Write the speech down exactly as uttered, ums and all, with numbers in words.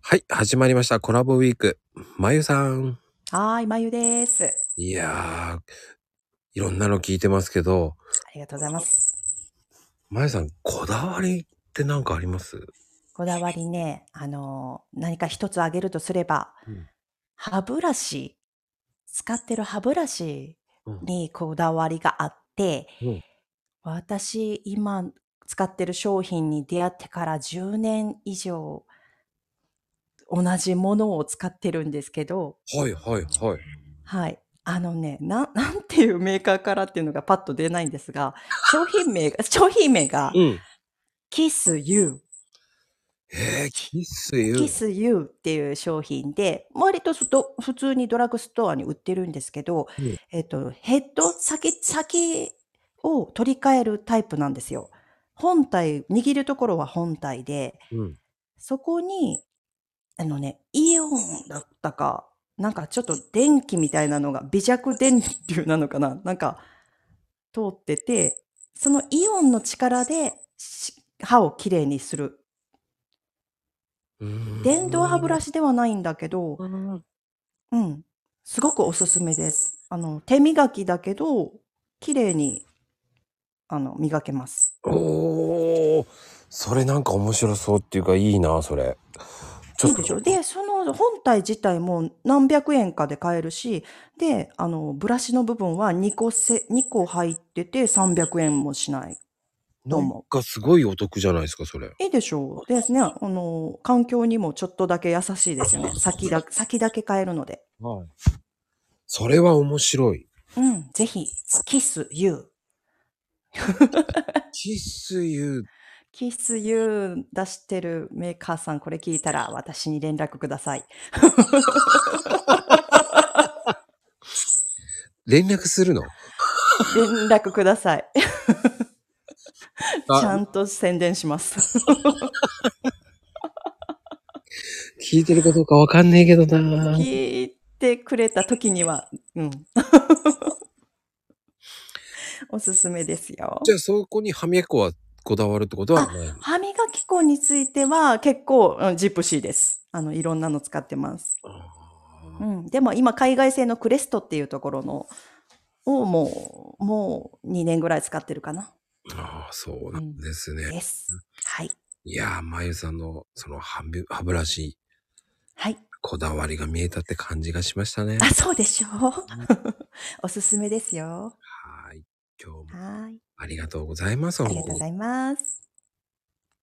はい、始まりました。コラボウィーク。まゆさん。 はーい、まゆです。 いやー、いろんなの聞いてますけど、 ありがとうございます。 まゆさん、こだわりって何かあります？ こだわりね、あの、何か一つ挙げるとすれば、 うん。 歯ブラシ、使ってる歯ブラシうん。 にこだわりがあって、 うん。 私、今使ってる商品に出会ってからじゅうねん以上、同じものを使ってるんですけど、 はいはいはい。 はい。あのね、ななんていうメーカーからっていうのがパッと出ないんですが、商品名が商品名がうん。 Kiss You。 えー、キスユー。 キスユーっていう商品で、割とすと普通にドラッグストアに売ってるんですけど、 うん。 えっと、ヘッド先先を取り替えるタイプなんですよ。本体握るところは本体で、 うん。 そこに、あのね、イオンだったか、なんかちょっと電気みたいなのが、微弱電流なのかななんか通ってて、そのイオンの力で、し歯をきれいにする。 うー電動歯ブラん。 シではないんだけど、 うん。 うん。すごくおすすめです。あの、手磨きだけど、綺麗に、あの、磨けます。 おー、それなんか面白そうっていうかいいな、それ。ちょっと、 いいでしょで、その本体自体も何百円かで買えるし、で、あの、ブラシの部分はにこせ、にこ入っててさんびゃくえんもしないとなん思う。 かすごいお得じゃないですか、それ。 いいでしょうですね。あの、環境にもちょっとだけ優しいですよね。先だ、先だけ買えるので。 はい。それは面白い。 うん。ぜひ、キスユキスユー。 キスユー出してるメーカーさん、これ聞いたら私に連絡ください。 連絡するの？ 連絡ください。ちあ、 ゃんと宣伝します。 聞いてるかどうかわかんねえけどな。 聞いてくれた時には、うん。おすすめですよ。 じゃあそこに歯磨き粉はこだわるってことはあ、 ない？ 歯磨き粉については結構、うん、ジプシーです。あの、いろんなの使ってます。うあん。でも今、海外製のクレストっていうところのをもう、もうにねんぐらい使ってるかな。 ーあー、そうなんうん。 ですね。 です。はい。 いやー、まゆさんのその歯ブ歯ブラシ、 はい。 こだわりが見えたって感じがしましたね。 あ、そうでしょう。おすすめですよ。 はい。今日もはい。 ありがとうございます。本当に。 ありがとうございます。